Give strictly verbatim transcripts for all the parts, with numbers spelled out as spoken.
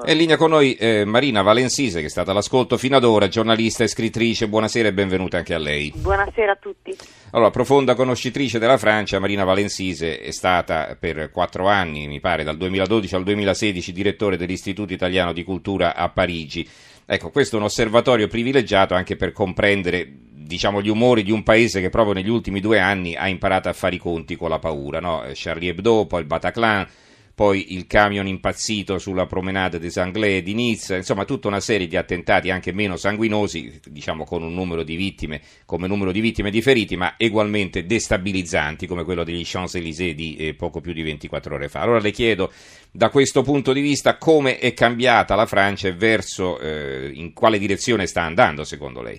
È in linea con noi eh, Marina Valensise, che è stata all'ascolto fino ad ora, giornalista e scrittrice. Buonasera e benvenuta anche a lei. Buonasera a tutti. Allora, profonda conoscitrice della Francia, Marina Valensise è stata per quattro anni, mi pare, dal duemiladodici al duemilasedici, direttore dell'Istituto Italiano di Cultura a Parigi. Ecco, questo è un osservatorio privilegiato anche per comprendere, diciamo, gli umori di un paese che proprio negli ultimi due anni ha imparato a fare i conti con la paura, no? Charlie Hebdo, poi il Bataclan, poi il camion impazzito sulla promenade des Anglais di Nizza, insomma tutta una serie di attentati anche meno sanguinosi, diciamo con un numero di vittime, come numero di vittime di feriti, ma ugualmente destabilizzanti come quello degli Champs-Élysées di eh, poco più di ventiquattro ore fa. Allora le chiedo, da questo punto di vista, come è cambiata la Francia e verso, eh, in quale direzione sta andando secondo lei?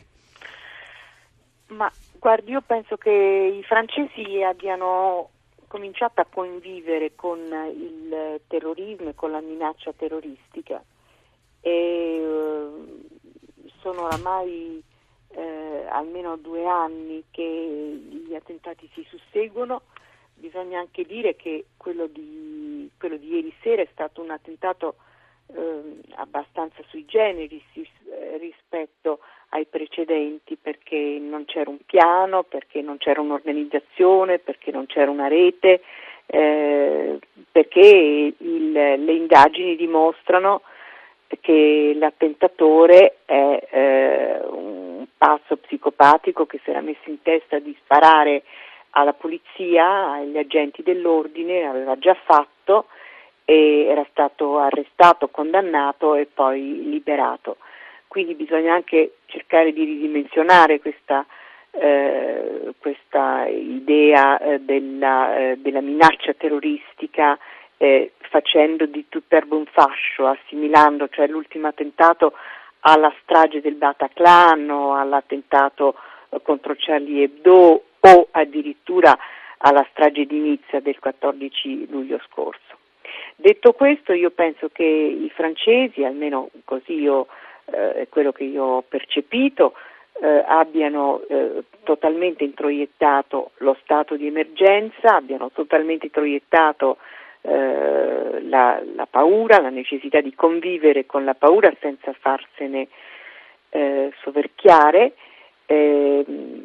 Ma guardi, io penso che i francesi abbiano cominciato a convivere con il terrorismo e con la minaccia terroristica e eh, sono oramai eh, almeno due anni che gli attentati si susseguono. Bisogna anche dire che quello di, quello di ieri sera è stato un attentato eh, abbastanza sui generis eh, rispetto ai precedenti, perché non c'era un piano, perché non c'era un'organizzazione, perché non c'era una rete, eh, perché il, le indagini dimostrano che l'attentatore è eh, un pazzo psicopatico che si era messo in testa di sparare alla polizia, agli agenti dell'ordine, l'aveva già fatto e era stato arrestato, condannato e poi liberato. Quindi bisogna anche cercare di ridimensionare questa, eh, questa idea eh, della, eh, della minaccia terroristica, eh, facendo di tutt'erba un fascio, assimilando, cioè l'ultimo attentato alla strage del Bataclan o all'attentato eh, contro Charlie Hebdo o addirittura alla strage di Nizza del quattordici luglio scorso. Detto questo, io penso che i francesi, almeno così io Eh, quello che io ho percepito, eh, abbiano eh, totalmente introiettato lo stato di emergenza, abbiano totalmente introiettato eh, la, la paura, la necessità di convivere con la paura senza farsene eh, soverchiare, eh,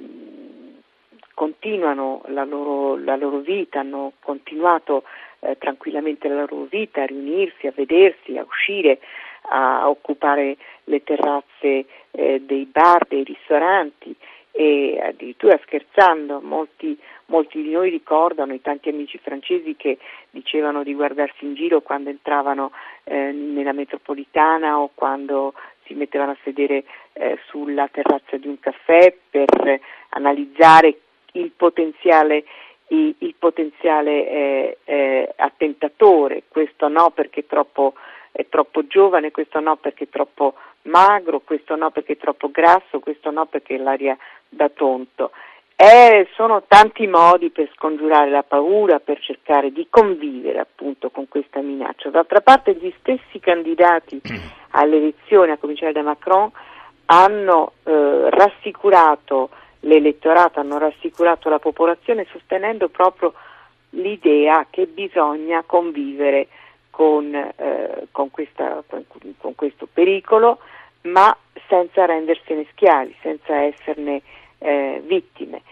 continuano la loro, la loro vita, hanno continuato eh, tranquillamente la loro vita, a riunirsi, a vedersi, a uscire, a occupare le terrazze eh, dei bar, dei ristoranti e addirittura scherzando molti, molti di noi ricordano i tanti amici francesi che dicevano di guardarsi in giro quando entravano eh, nella metropolitana o quando si mettevano a sedere eh, sulla terrazza di un caffè per analizzare il potenziale il, il potenziale eh, eh, attentatore. Questo no perché è troppo è troppo giovane, questo no perché è troppo magro, questo no perché è troppo grasso, questo no perché l'aria da tonto. Eh, sono tanti modi per scongiurare la paura, per cercare di convivere appunto con questa minaccia. D'altra parte gli stessi candidati alle elezioni, a cominciare da Macron, hanno eh, rassicurato l'elettorato, hanno rassicurato la popolazione sostenendo proprio l'idea che bisogna convivere Con, eh, con, questa, con, con questo pericolo, ma senza rendersene schiavi, senza esserne eh, vittime.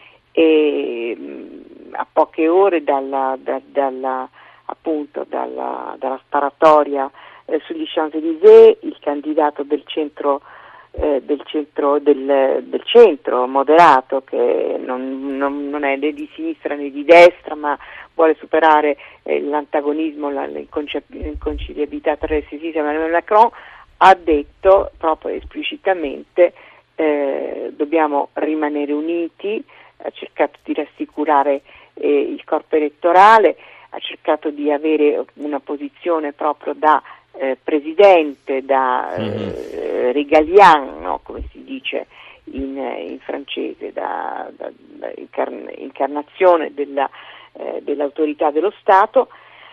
E mh, a poche ore dalla, da, dalla, appunto, dalla, dalla sparatoria eh, sugli Champs-Élysées, il candidato del centro eh, del centro del, del centro moderato, che non, non, non è né di sinistra né di destra, ma vuole superare eh, l'antagonismo, la, l'inconciliabilità tra le sinistre, Emmanuel Macron ha detto proprio esplicitamente eh, dobbiamo rimanere uniti, ha cercato di rassicurare eh, il corpo elettorale, ha cercato di avere una posizione proprio da eh, presidente, da eh, régalien, no, come si dice in, in francese, da, da, da incarn- incarnazione della Eh, dell'autorità dello Stato,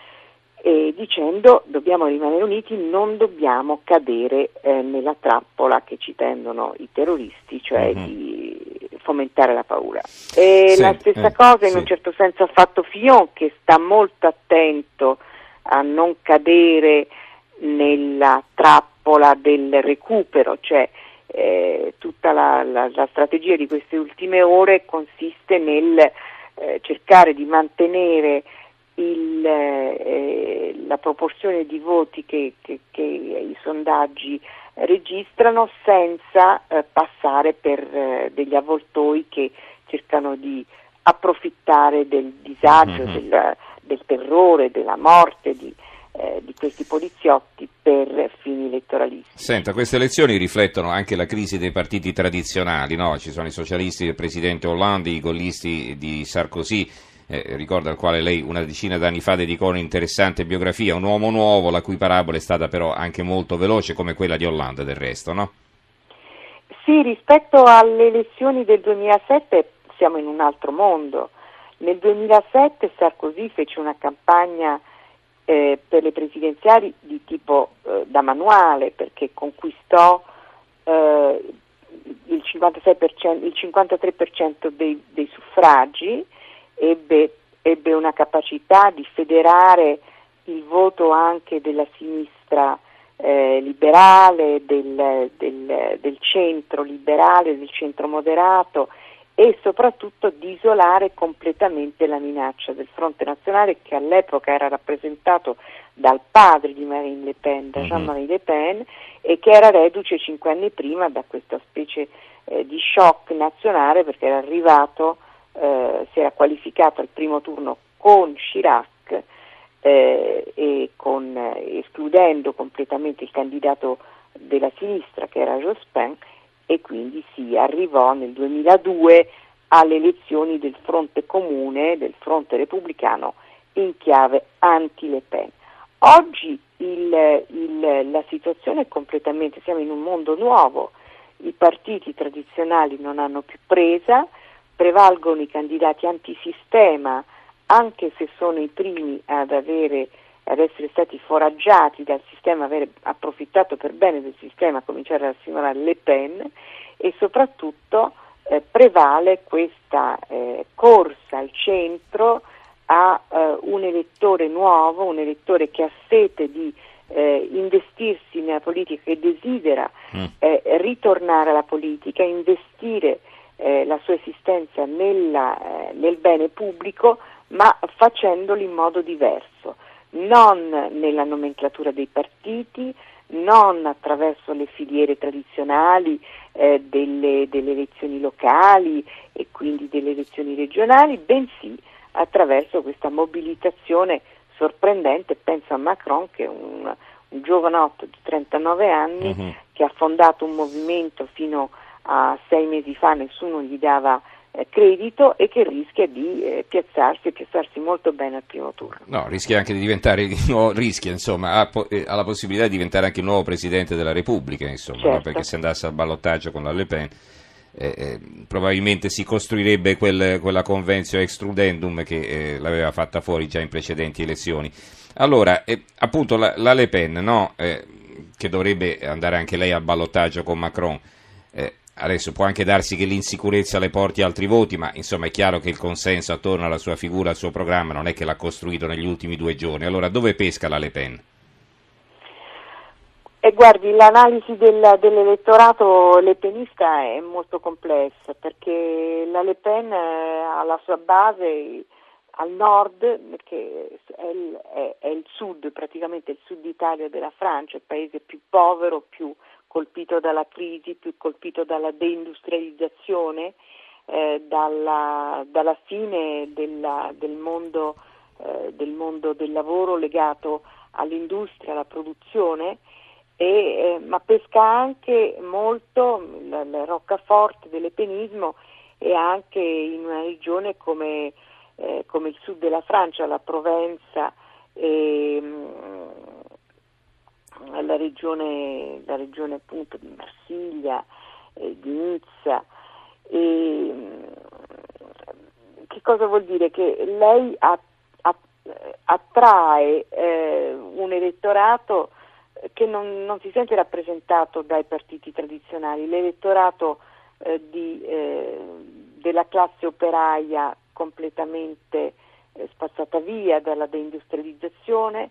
eh, dicendo dobbiamo rimanere uniti, non dobbiamo cadere eh, nella trappola che ci tendono i terroristi, cioè mm-hmm. di fomentare la paura. E sì, la stessa eh, cosa in sì. un certo senso ha fatto Fillon, che sta molto attento a non cadere nella trappola del recupero, cioè eh, tutta la, la, la strategia di queste ultime ore consiste nel eh, cercare di mantenere il, eh, la proporzione di voti che, che, che i sondaggi registrano senza eh, passare per eh, degli avvoltoi che cercano di approfittare del disagio, mm-hmm. del, del terrore, della morte di, eh, di questi poliziotti per fini elettoralistici. Senta, queste elezioni riflettono anche la crisi dei partiti tradizionali, no? Ci sono i socialisti del presidente Hollande, i gollisti di Sarkozy, eh, ricordo al quale lei una decina d'anni fa dedicò un'interessante biografia, un uomo nuovo, la cui parabola è stata però anche molto veloce, come quella di Hollande del resto, no? Sì, rispetto alle elezioni del duemilasette siamo in un altro mondo. Nel duemilasette Sarkozy fece una campagna eh, per le presidenziali di tipo eh, da manuale, perché conquistò eh, il cinquantasei per cento, il cinquantatré per cento dei, dei suffragi, ebbe, ebbe una capacità di federare il voto anche della sinistra eh, liberale, del, del, del centro liberale, del centro moderato, e soprattutto di isolare completamente la minaccia del Fronte Nazionale, che all'epoca era rappresentato dal padre di Marine Le Pen, da Jean-Marie Le Pen, e che era reduce cinque anni prima da questa specie eh, di shock nazionale, perché era arrivato, eh, si era qualificato al primo turno con Chirac eh, e con, eh, escludendo completamente il candidato della sinistra che era Jospin, e quindi si arrivò nel duemiladue alle elezioni del fronte comune, del fronte repubblicano in chiave anti-Le Pen. Oggi il, il, la situazione è completamente, siamo in un mondo nuovo, i partiti tradizionali non hanno più presa, prevalgono i candidati antisistema, anche se sono i primi ad avere ad essere stati foraggiati dal sistema, avere approfittato per bene del sistema, a cominciare dalla signora Le Pen, e soprattutto eh, prevale questa eh, corsa al centro a eh, un elettore nuovo, un elettore che ha sete di eh, investirsi nella politica, che desidera eh, ritornare alla politica, investire eh, la sua esistenza nella, eh, nel bene pubblico, ma facendolo in modo diverso. Non nella nomenclatura dei partiti, non attraverso le filiere tradizionali eh, delle, delle elezioni locali e quindi delle elezioni regionali, bensì attraverso questa mobilitazione sorprendente. Penso a Macron, che è un, un giovanotto di trentanove anni, uh-huh. che ha fondato un movimento fino a sei mesi fa, nessuno gli dava credito, e che rischia di eh, piazzarsi e piazzarsi molto bene al primo turno. No, rischia anche di diventare no, rischia, insomma, ha, po- ha la possibilità di diventare anche il nuovo Presidente della Repubblica, insomma, certo. no? Perché se andasse al ballottaggio con la Le Pen eh, eh, probabilmente si costruirebbe quel, quella convenzio extrudendum che eh, l'aveva fatta fuori già in precedenti elezioni. Allora, eh, appunto la, la Le Pen, no? eh, che dovrebbe andare anche lei al ballottaggio con Macron, eh, adesso può anche darsi che l'insicurezza le porti altri voti, ma insomma è chiaro che il consenso attorno alla sua figura, al suo programma, non è che l'ha costruito negli ultimi due giorni. Allora dove pesca la Le Pen? E guardi, l'analisi del, dell'elettorato lepenista è molto complessa, perché la Le Pen ha la sua base al nord, perché è il, è, è il sud, praticamente il sud Italia della Francia, il paese più povero, più colpito dalla crisi, più colpito dalla deindustrializzazione, eh, dalla, dalla fine della, del, mondo, eh, del mondo del lavoro legato all'industria, alla produzione, e, eh, ma pesca anche molto la, la roccaforte dell'epenismo, e anche in una regione come, eh, come il sud della Francia, la Provenza, e, la regione, la regione appunto di Marsiglia, eh, di Nizza. E, che cosa vuol dire? Che lei a, a, attrae eh, un elettorato che non, non si sente rappresentato dai partiti tradizionali, l'elettorato eh, di, eh, della classe operaia completamente eh, spazzata via dalla deindustrializzazione,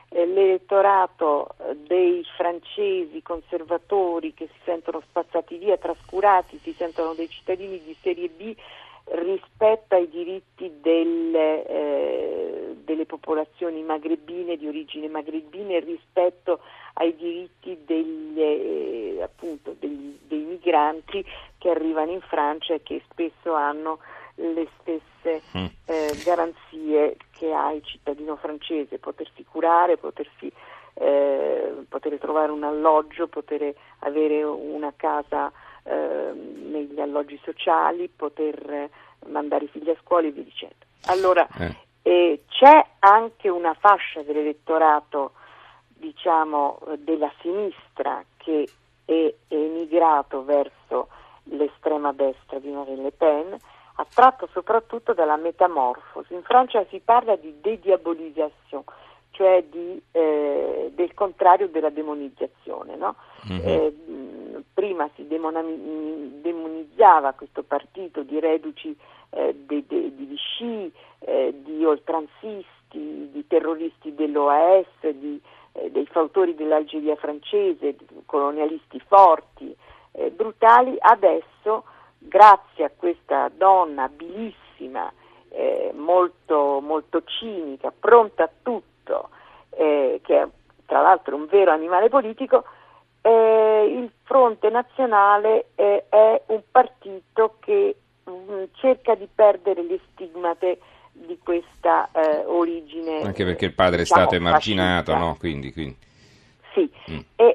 eh, l'elettorato dei francesi conservatori che si sentono spazzati via, trascurati, si sentono dei cittadini di serie B rispetto ai diritti delle, eh, delle popolazioni magrebine, di origine magrebina, e rispetto ai diritti degli, eh, appunto, degli, dei migranti che arrivano in Francia e che spesso hanno le stesse eh, garanzie che ha il cittadino francese: potersi curare, potersi, eh, poter trovare un alloggio, poter avere una casa eh, negli alloggi sociali, poter mandare i figli a scuola e via dicendo. Allora eh. Eh, c'è anche una fascia dell'elettorato, diciamo, della sinistra che è emigrato verso l'estrema destra di Marine Le Pen, attratto soprattutto dalla metamorfosi. In Francia si parla di dédiabolisation, cioè di, eh, del contrario della demonizzazione, no? Mm-hmm. Eh, prima si demoni- demonizzava questo partito di reduci eh, de- de- di Vichy, eh, di oltranzisti, di terroristi dell'O A S, di, eh, dei fautori dell'Algeria francese, di colonialisti forti, eh, brutali. Adesso, grazie a questa donna abilissima, eh, molto, molto cinica, pronta a tutto, eh, che è tra l'altro un vero animale politico, eh, il Fronte Nazionale eh, è un partito che mh, cerca di perdere le stigmate di questa eh, origine. Anche perché il padre diciamo, è stato emarginato, no? Quindi, quindi. Sì, mm. e,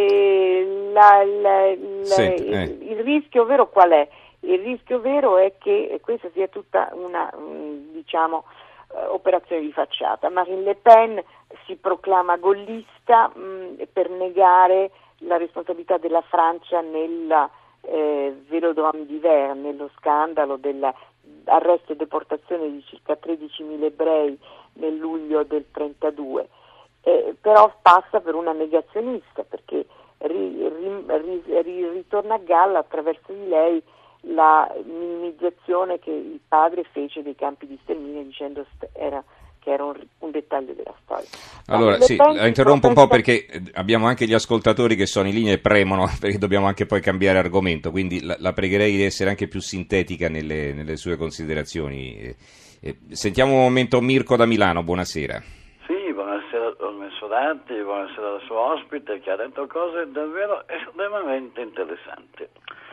e la, la, la, Senti, eh. il, il rischio vero qual è? Il rischio vero è che questa sia tutta una, diciamo, operazione di facciata. Marine Le Pen si proclama gollista mh, per negare la responsabilità della Francia nel eh, Vélodrome d'hiver, nello scandalo dell'arresto e deportazione di circa tredicimila ebrei nel luglio del trentadue. Eh, però passa per una negazionista, perché ri, ri, ri, ritorna a galla attraverso di lei la minimizzazione che il padre fece dei campi di sterminio, dicendo st- era, che era un, un dettaglio della storia. Allora, sì, la interrompo un po' perché abbiamo anche gli ascoltatori che sono in linea e premono, perché dobbiamo anche poi cambiare argomento, quindi la, la pregherei di essere anche più sintetica nelle, nelle sue considerazioni. Eh, eh, sentiamo un momento Mirko da Milano, buonasera. Sì, buonasera al Messolati, buonasera al suo ospite che ha detto cose davvero estremamente interessanti.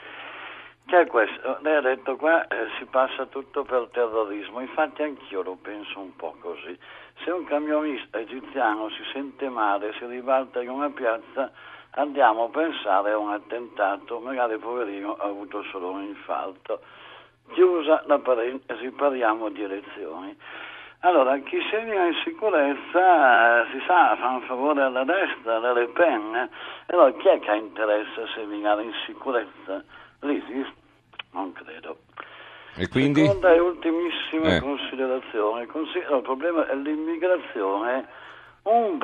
C'è questo, lei ha detto qua eh, si passa tutto per terrorismo, infatti anch'io lo penso un po' così. Se un camionista egiziano si sente male, si ribalta in una piazza, andiamo a pensare a un attentato, magari poverino ha avuto solo un infarto. Chiusa la parentesi, parliamo di elezioni. Allora, chi segna in sicurezza, eh, si sa, fa un favore alla destra, alla Le Pen, eh? Allora chi è che ha interesse a seminare in sicurezza? L'ISIS? Non credo. E quindi? Seconda e ultimissima eh. considerazione. Considero il problema dell'immigrazione un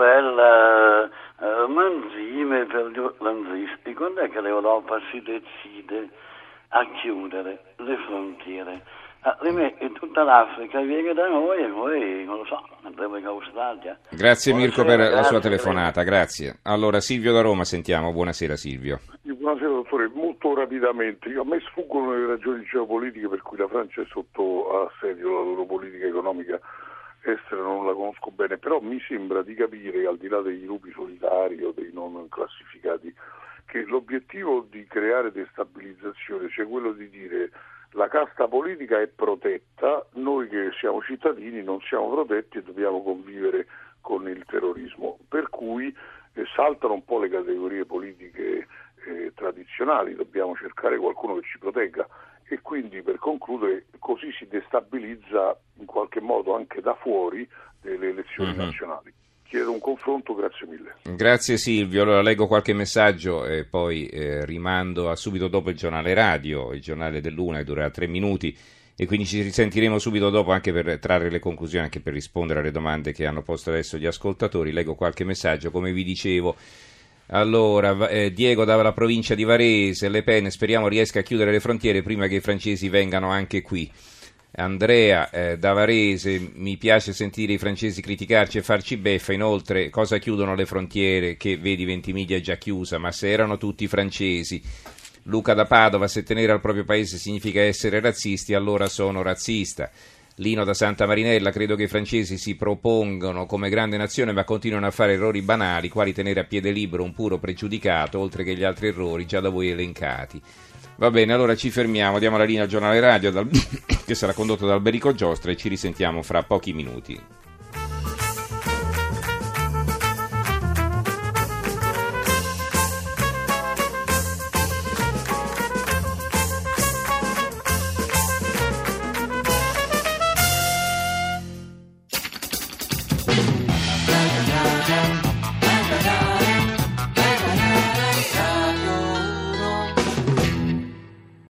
bel uh, manzime per gli orlanzisti. Quando è che l'Europa si decide a chiudere le frontiere? Altrimenti tutta l'Africa viene da noi e noi, non lo so, andremo in Australia. Grazie Mirko per grazie, la sua telefonata, grazie. Allora Silvio da Roma sentiamo, buonasera Silvio. Buonasera dottore, molto rapidamente, a me sfuggono le ragioni geopolitiche per cui la Francia è sotto assedio, la loro politica economica estera non la conosco bene, però mi sembra di capire, al di là dei lupi solitari o dei non classificati, che l'obiettivo di creare destabilizzazione, cioè quello di dire la casta politica è protetta, noi che siamo cittadini non siamo protetti e dobbiamo convivere con il terrorismo, per cui eh, saltano un po' le categorie politiche eh, tradizionali, dobbiamo cercare qualcuno che ci protegga e quindi, per concludere, così si destabilizza in qualche modo anche da fuori delle elezioni mm-hmm. nazionali. Chiedo un confronto, grazie mille. Grazie Silvio, allora leggo qualche messaggio e poi eh, rimando a subito dopo il giornale radio, il giornale dell'una che durerà tre minuti e quindi ci risentiremo subito dopo anche per trarre le conclusioni, anche per rispondere alle domande che hanno posto adesso gli ascoltatori. Leggo qualche messaggio, come vi dicevo. Allora, eh, Diego dalla provincia di Varese, Le Pen speriamo riesca a chiudere le frontiere prima che i francesi vengano anche qui. Andrea eh, da Varese, mi piace sentire i francesi criticarci e farci beffa, inoltre cosa chiudono le frontiere, che vedi Ventimiglia è già chiusa, ma se erano tutti francesi. Luca da Padova, se tenere al proprio paese significa essere razzisti, allora sono razzista. Lino da Santa Marinella, credo che i francesi si propongono come grande nazione ma continuano a fare errori banali, quali tenere a piede libero un puro pregiudicato, oltre che gli altri errori già da voi elencati. Va bene, allora ci fermiamo, diamo la linea al giornale radio dal... che sarà condotto da Alberico Giostra e ci risentiamo fra pochi minuti.